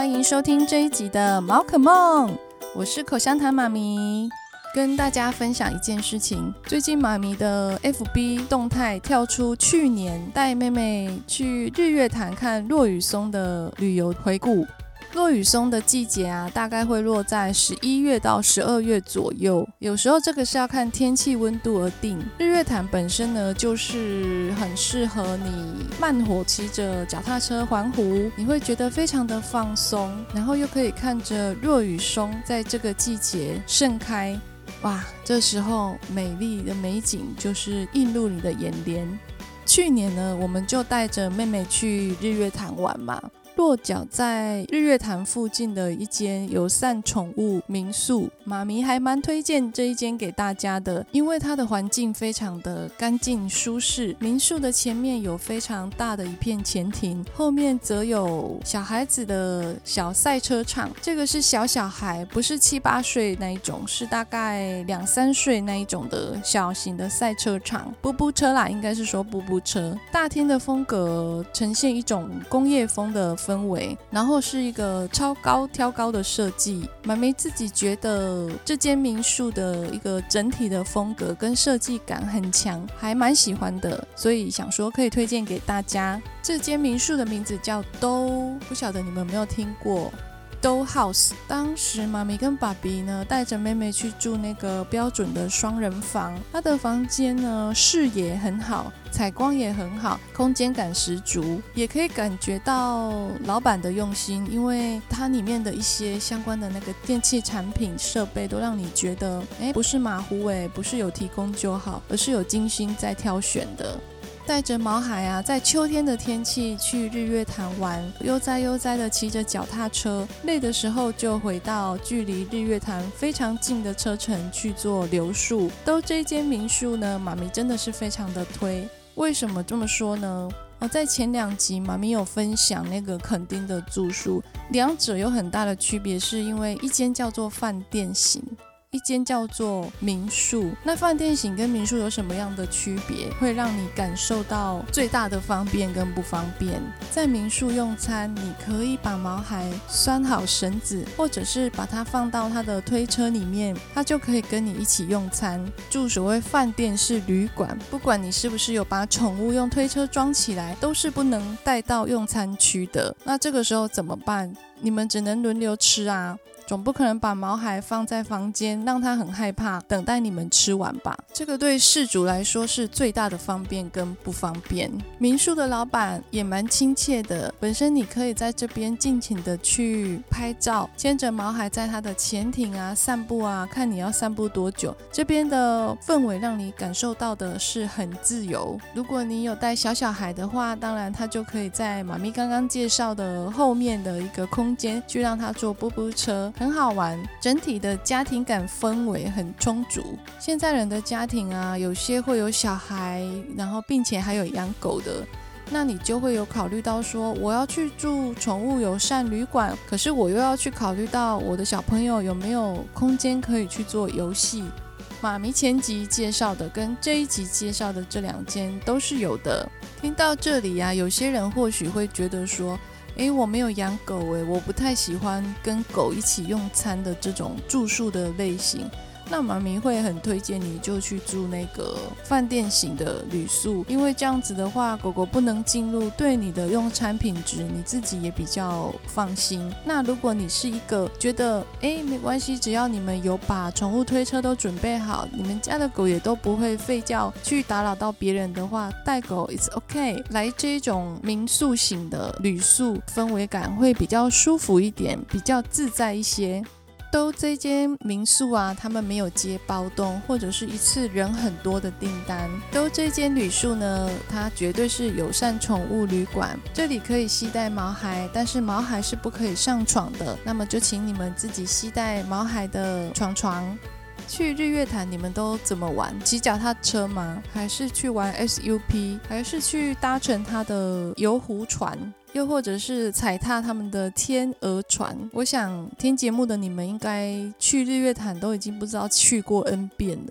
欢迎收听这一集的毛可梦，我是口香糖妈咪，跟大家分享一件事情。最近妈咪的 FB 动态跳出去年带妹妹去日月潭看落羽松的旅游回顾。落羽松的季节啊，大概会落在11月到12月左右，有时候这个是要看天气温度而定。日月潭本身呢，就是很适合你慢活骑着脚踏车环湖，你会觉得非常的放松，然后又可以看着落羽松在这个季节盛开，哇，这时候美丽的美景就是映入你的眼帘。去年呢，我们就带着妹妹去日月潭玩嘛，落脚在日月潭附近的一间友善宠物民宿，妈咪还蛮推荐这一间给大家的，因为它的环境非常的干净舒适。民宿的前面有非常大的一片前庭，后面则有小孩子的小赛车场，这个是小孩，不是7、8岁那一种，是大概2、3岁那一种的小型的赛车场，步步车啦，应该是说步步车。大厅的风格呈现一种工业风的氛围，然后是一个超高挑高的设计。妈咪自己觉得这间民宿的一个整体的风格跟设计感很强，还蛮喜欢的，所以想说可以推荐给大家。这间民宿的名字叫兜，不晓得你们有没有听过兜 House。 当时妈咪跟爸比呢带着妹妹去住那个标准的双人房，它的房间呢视野很好，采光也很好，空间感十足，也可以感觉到老板的用心，因为它里面的一些相关的那个电器产品设备都让你觉得不是马虎不是有提供就好，而是有精心在挑选的。带着毛孩啊，在秋天的天气去日月潭玩，悠哉悠哉的骑着脚踏车，累的时候就回到距离日月潭非常近的车程去做留宿。都这间民宿呢，妈咪真的是非常的推。为什么这么说呢？在前2集妈咪有分享那个垦丁的住宿，两者有很大的区别，是因为一间叫做饭店型，一间叫做民宿。那饭店型跟民宿有什么样的区别，会让你感受到最大的方便跟不方便？在民宿用餐，你可以把毛孩拴好绳子，或者是把它放到它的推车里面，它就可以跟你一起用餐。住所谓饭店式旅馆，不管你是不是有把宠物用推车装起来，都是不能带到用餐区的。那这个时候怎么办？你们只能轮流吃啊，总不可能把毛孩放在房间让他很害怕等待你们吃完吧。这个对事主来说是最大的方便跟不方便。民宿的老板也蛮亲切的，本身你可以在这边尽情的去拍照，牵着毛孩在他的前庭啊散步啊，看你要散步多久。这边的氛围让你感受到的是很自由。如果你有带小孩的话，当然他就可以在妈咪刚刚介绍的后面的一个空间去让他坐步步车，很好玩，整体的家庭感氛围很充足。现在人的家庭啊，有些会有小孩，然后并且还有养狗的，那你就会有考虑到说，我要去住宠物友善旅馆，可是我又要去考虑到我的小朋友有没有空间可以去做游戏。妈咪前集介绍的跟这一集介绍的这2间都是有的。听到这里啊，有些人或许会觉得说，我没有养狗我不太喜欢跟狗一起用餐的这种住宿的类型。那妈咪会很推荐你就去住那个饭店型的旅宿，因为这样子的话，狗狗不能进入，对你的用餐品质你自己也比较放心。那如果你是一个觉得没关系，只要你们有把宠物推车都准备好，你们家的狗也都不会吠叫去打扰到别人的话，带狗 it's okay。 来这种民宿型的旅宿，氛围感会比较舒服一点，比较自在一些。都这间民宿啊，他们没有接包栋或者是一次人很多的订单。都这间旅宿呢，它绝对是友善宠物旅馆，这里可以携带毛孩，但是毛孩是不可以上床的，那么就请你们自己携带毛孩的床。去日月潭你们都怎么玩？骑脚踏车吗？还是去玩 SUP？ 还是去搭乘它的游湖船？又或者是踩踏他们的天鹅船？我想听节目的你们应该去日月潭都已经不知道去过 N 遍了。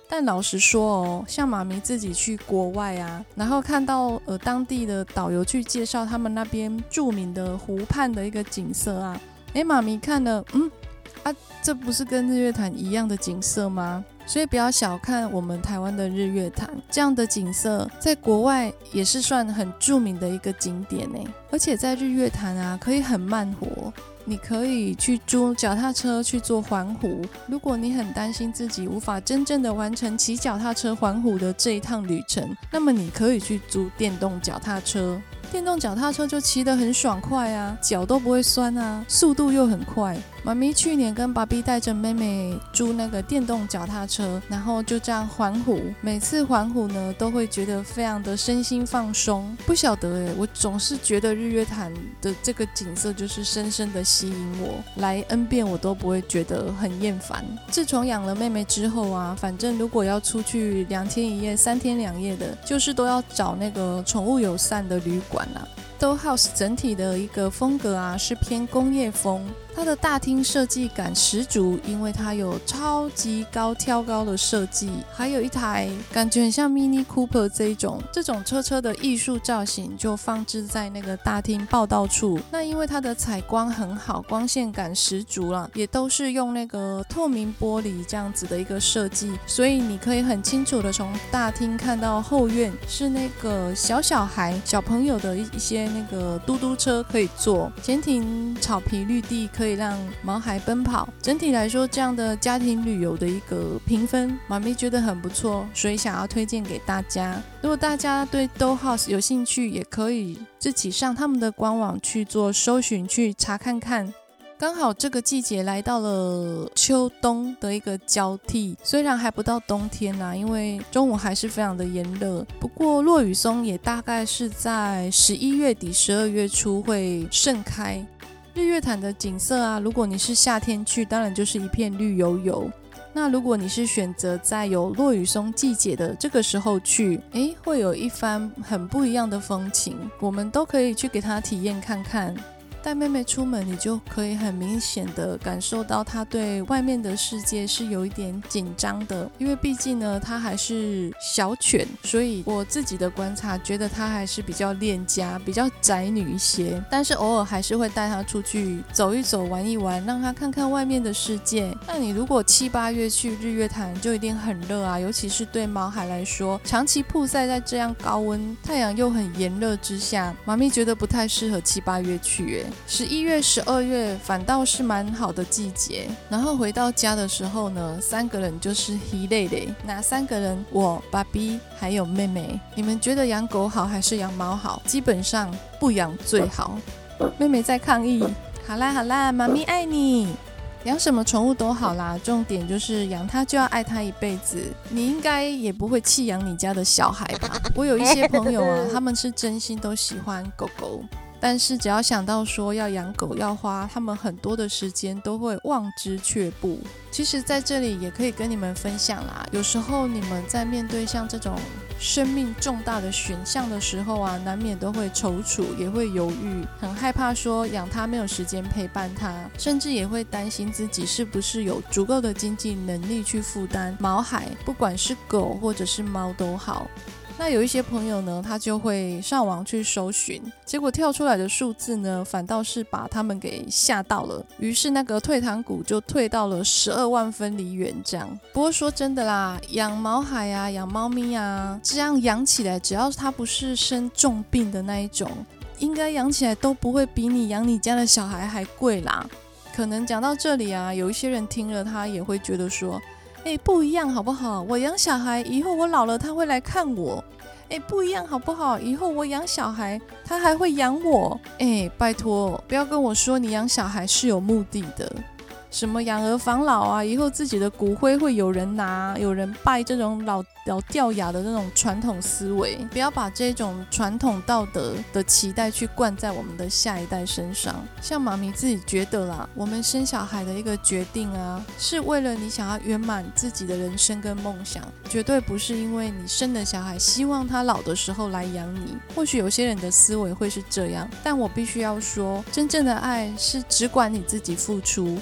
但老实说像妈咪自己去国外啊，然后看到当地的导游去介绍他们那边著名的湖畔的一个景色啊，妈咪看了这不是跟日月潭一样的景色吗？所以不要小看我们台湾的日月潭，这样的景色在国外也是算很著名的一个景点耶。而且在日月潭啊，可以很慢活，你可以去租脚踏车去做环湖。如果你很担心自己无法真正的完成骑脚踏车环湖的这一趟旅程，那么你可以去租电动脚踏车。电动脚踏车就骑得很爽快啊，脚都不会酸啊，速度又很快。妈咪去年跟爸比带着妹妹租那个电动脚踏车，然后就这样环湖。每次环湖呢，都会觉得非常的身心放松。不晓得我总是觉得日月潭的这个景色就是深深的吸引我，来 N 遍我都不会觉得很厌烦。自从养了妹妹之后啊，反正如果要出去2天1夜、3天2夜的，就是都要找那个宠物友善的旅馆啊。Dollhouse 整体的一个风格啊是偏工业风，它的大厅设计感十足，因为它有超级高挑高的设计，还有一台感觉很像 Mini Cooper 这种车的艺术造型就放置在那个大厅报道处。那因为它的采光很好，光线感十足啦，也都是用那个透明玻璃这样子的一个设计，所以你可以很清楚的从大厅看到后院是那个小朋友的一些那个嘟嘟车可以坐，前庭草皮绿地可以让毛孩奔跑。整体来说，这样的家庭旅游的一个评分，妈咪觉得很不错，所以想要推荐给大家。如果大家对 Dollhouse 有兴趣，也可以自己上他们的官网去做搜寻，去查看看。刚好这个季节来到了秋冬的一个交替，虽然还不到冬天啊，因为中午还是非常的炎热，不过落羽松也大概是在11月底12月初会盛开。日月潭的景色啊，如果你是夏天去，当然就是一片绿油油。那如果你是选择在有落羽松季节的这个时候去，会有一番很不一样的风情，我们都可以去给它体验看看。带妹妹出门，你就可以很明显的感受到她对外面的世界是有一点紧张的，因为毕竟呢她还是小犬，所以我自己的观察觉得她还是比较恋家，比较宅女一些，但是偶尔还是会带她出去走一走玩一玩，让她看看外面的世界。那你如果7、8月去日月潭就一定很热啊，尤其是对毛孩来说，长期曝晒在这样高温太阳又很炎热之下，妈咪觉得不太适合7、8月去11月、12月反倒是蛮好的季节。然后回到家的时候呢，3个人就是一累累。哪3个人？我、爸比还有妹妹。你们觉得养狗好还是养猫好？基本上不养最好。妹妹在抗议。好啦好啦，妈咪爱你。养什么宠物都好啦，重点就是养它就要爱它一辈子。你应该也不会弃养你家的小孩吧？我有一些朋友啊，他们是真心都喜欢狗狗，但是只要想到说要养狗要花他们很多的时间，都会望之却步。其实在这里也可以跟你们分享啦，有时候你们在面对像这种生命重大的选项的时候啊，难免都会踌躇，也会犹豫，很害怕说养它没有时间陪伴它，甚至也会担心自己是不是有足够的经济能力去负担毛孩，不管是狗或者是猫都好。那有一些朋友呢，他就会上网去搜寻，结果跳出来的数字呢，反倒是把他们给吓到了，于是那个退堂鼓就退到了12万分离元这样。不过说真的啦，养毛孩啊，养猫咪啊，这样养起来，只要它不是生重病的那一种，应该养起来都不会比你养你家的小孩还贵啦。可能讲到这里啊，有一些人听了他也会觉得说，不一样好不好？我养小孩以后我老了他会来看我，不一样好不好？以后我养小孩他还会养我，拜托不要跟我说你养小孩是有目的的，什么养儿防老啊，以后自己的骨灰会有人拿有人拜，这种老掉牙的那种传统思维，不要把这种传统道德的期待去灌在我们的下一代身上。像妈咪自己觉得啦，我们生小孩的一个决定啊，是为了你想要圆满自己的人生跟梦想，绝对不是因为你生了小孩希望他老的时候来养你。或许有些人的思维会是这样，但我必须要说，真正的爱是只管你自己付出，而不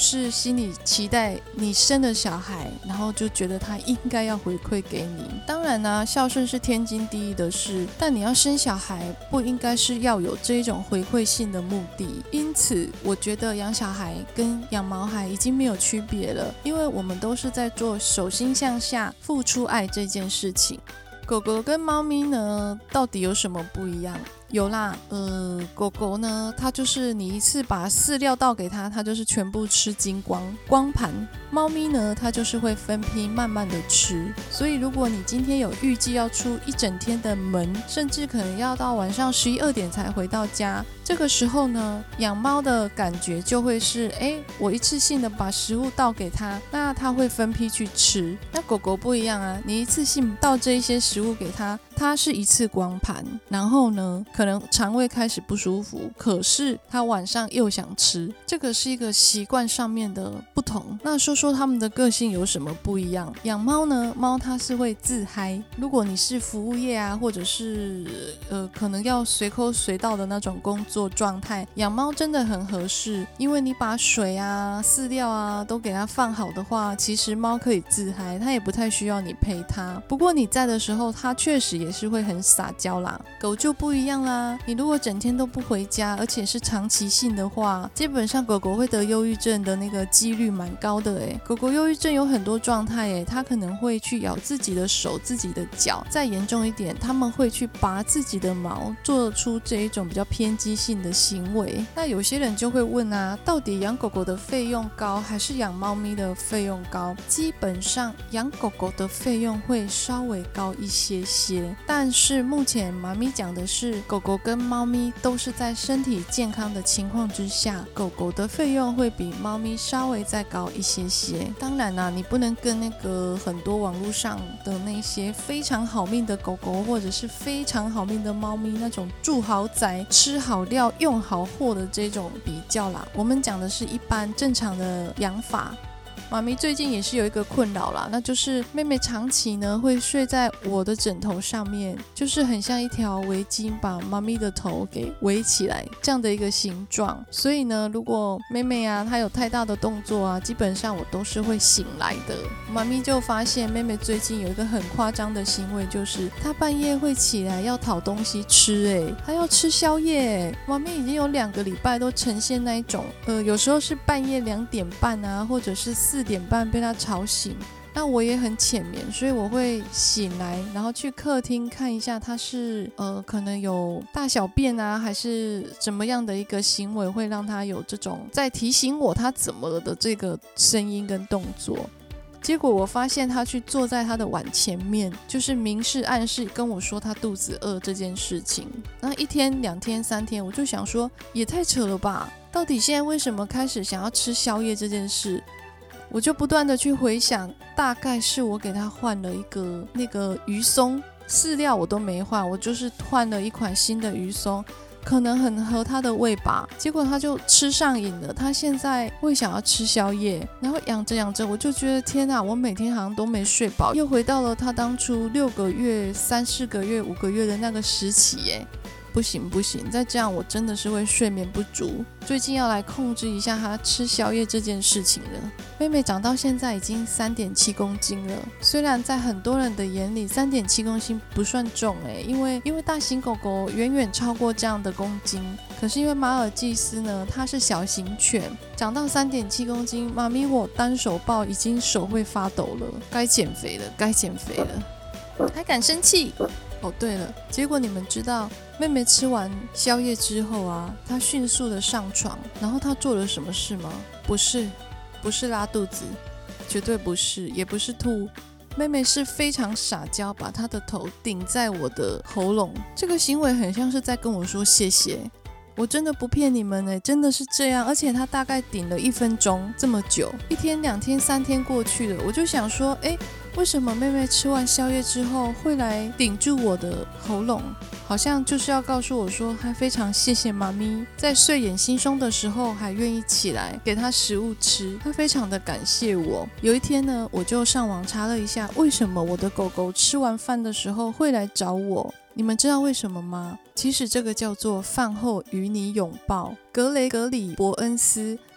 是心里期待你生了小孩，然后就觉得他应该要回馈给你。当然呢，孝顺是天经地义的事，但你要生小孩不应该是要有这一种回馈性的目的。因此我觉得养小孩跟养毛孩已经没有区别了，因为我们都是在做手心向下付出爱这件事情。狗狗跟猫咪呢，到底有什么不一样？有啦，狗狗呢，它就是你一次把饲料倒给它，它就是全部吃精光盘。猫咪呢，它就是会分批慢慢的吃。所以如果你今天有预计要出一整天的门，甚至可能要到晚上11、2点才回到家，这个时候呢，养猫的感觉就会是，我一次性的把食物倒给它，那它会分批去吃。那狗狗不一样啊，你一次性倒这一些食物给它，它是一次光盘，然后呢，可能肠胃开始不舒服，可是它晚上又想吃，这个是一个习惯上面的不同。那说说它们的个性有什么不一样？养猫呢，猫它是会自嗨，如果你是服务业啊，或者是可能要随口随到的那种工作状态，养猫真的很合适，因为你把水啊、饲料啊都给它放好的话，其实猫可以自嗨，它也不太需要你陪它。不过你在的时候，它确实也是会很撒娇啦。狗就不一样啦，你如果整天都不回家，而且是长期性的话，基本上狗狗会得忧郁症的那个几率蛮高的耶。狗狗忧郁症有很多状态耶，它可能会去咬自己的手、自己的脚，再严重一点，他们会去拔自己的毛，做出这一种比较偏激性的行为。那有些人就会问啊，到底养狗狗的费用高还是养猫咪的费用高？基本上养狗狗的费用会稍微高一些些，但是目前妈咪讲的是狗狗跟猫咪都是在身体健康的情况之下，狗狗的费用会比猫咪稍微再高一些些。当然啦，你不能跟那个很多网络上的那些非常好命的狗狗或者是非常好命的猫咪那种住豪宅、吃好料、用好货的这种比较啦，我们讲的是一般正常的养法。妈咪最近也是有一个困扰啦，那就是妹妹长期呢会睡在我的枕头上面，就是很像一条围巾把妈咪的头给围起来这样的一个形状。所以呢，如果妹妹啊她有太大的动作啊，基本上我都是会醒来的。妈咪就发现妹妹最近有一个很夸张的行为，就是她半夜会起来要讨东西吃，她要吃宵夜。妈咪已经有2个礼拜都呈现那一种有时候是半夜2点半啊，或者是4点半被他吵醒，那我也很浅眠，所以我会醒来，然后去客厅看一下他是可能有大小便啊，还是怎么样的一个行为会让他有这种在提醒我他怎么了的这个声音跟动作。结果我发现他去坐在他的碗前面，就是明示暗示跟我说他肚子饿这件事情。然后1天2天3天，我就想说也太扯了吧，到底现在为什么开始想要吃宵夜这件事？我就不断的去回想，大概是我给他换了一个那个鱼松，饲料我都没换，我就是换了一款新的鱼松，可能很合他的胃吧。结果他就吃上瘾了，他现在会想要吃宵夜，然后养着养着，我就觉得天哪，我每天好像都没睡饱，又回到了他当初6个月、3、4个月、5个月的那个时期耶。不行，再这样我真的是会睡眠不足。最近要来控制一下他吃宵夜这件事情了。妹妹长到现在已经3.7公斤了，虽然在很多人的眼里3.7公斤不算重因为大型狗狗远远超过这样的公斤，可是因为马尔济斯呢，它是小型犬，长到3.7公斤，妈咪我单手抱已经手会发抖了，该减肥了，还敢生气。哦对了，结果你们知道妹妹吃完宵夜之后啊，她迅速的上床，然后她做了什么事吗？不是拉肚子，绝对不是，也不是吐。妹妹是非常撒娇，把她的头顶在我的喉咙，这个行为很像是在跟我说谢谢。我真的不骗你们真的是这样，而且她大概顶了1分钟这么久，1天2天3天过去了，我就想说为什么妹妹吃完宵夜之后会来顶住我的喉咙？好像就是要告诉我说她非常谢谢妈咪在睡眼惺忪的时候还愿意起来给她食物吃，她非常的感谢我。有一天呢，我就上网查了一下为什么我的狗狗吃完饭的时候会来找我。你们知道为什么吗？其实这个叫做饭后与你拥抱。格雷格里伯恩斯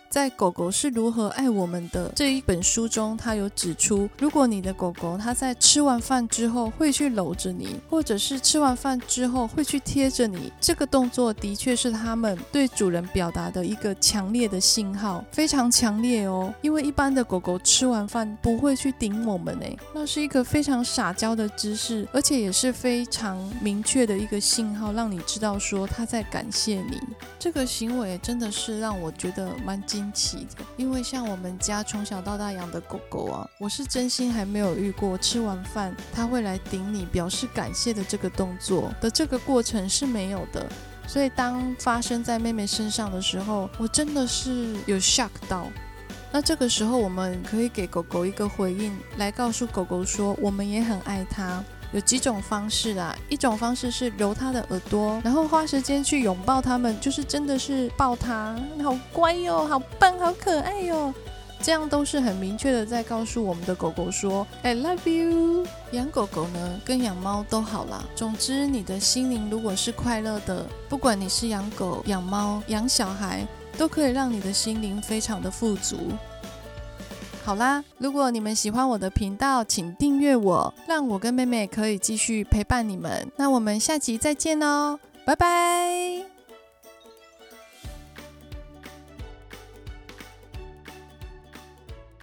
在《狗狗是如何爱我们的》这一本书中，它有指出，如果你的狗狗它在吃完饭之后会去搂着你，或者是吃完饭之后会去贴着你，这个动作的确是它们对主人表达的一个强烈的信号，非常强烈哦。因为一般的狗狗吃完饭不会去顶我们诶，那是一个非常撒娇的姿势，而且也是非常明确的一个信号，让你知道说它在感谢你。这个行为真的是让我觉得蛮惊奇的，因为像我们家从小到大养的狗狗啊，我是真心还没有遇过吃完饭它会来顶你表示感谢的这个动作的这个过程是没有的。所以当发生在妹妹身上的时候，我真的是有 shock 到。那这个时候我们可以给狗狗一个回应，来告诉狗狗说我们也很爱它。有几种方式啦，一种方式是揉它的耳朵，然后花时间去拥抱它们，就是真的是抱它，好乖哟，好棒，好可爱哟，这样都是很明确的在告诉我们的狗狗说 I love you。 养狗狗呢跟养猫都好啦，总之你的心灵如果是快乐的，不管你是养狗、养猫、养小孩，都可以让你的心灵非常的富足。好啦，如果你们喜欢我的频道，请订阅我，让我跟妹妹可以继续陪伴你们。那我们下集再见哦，拜拜。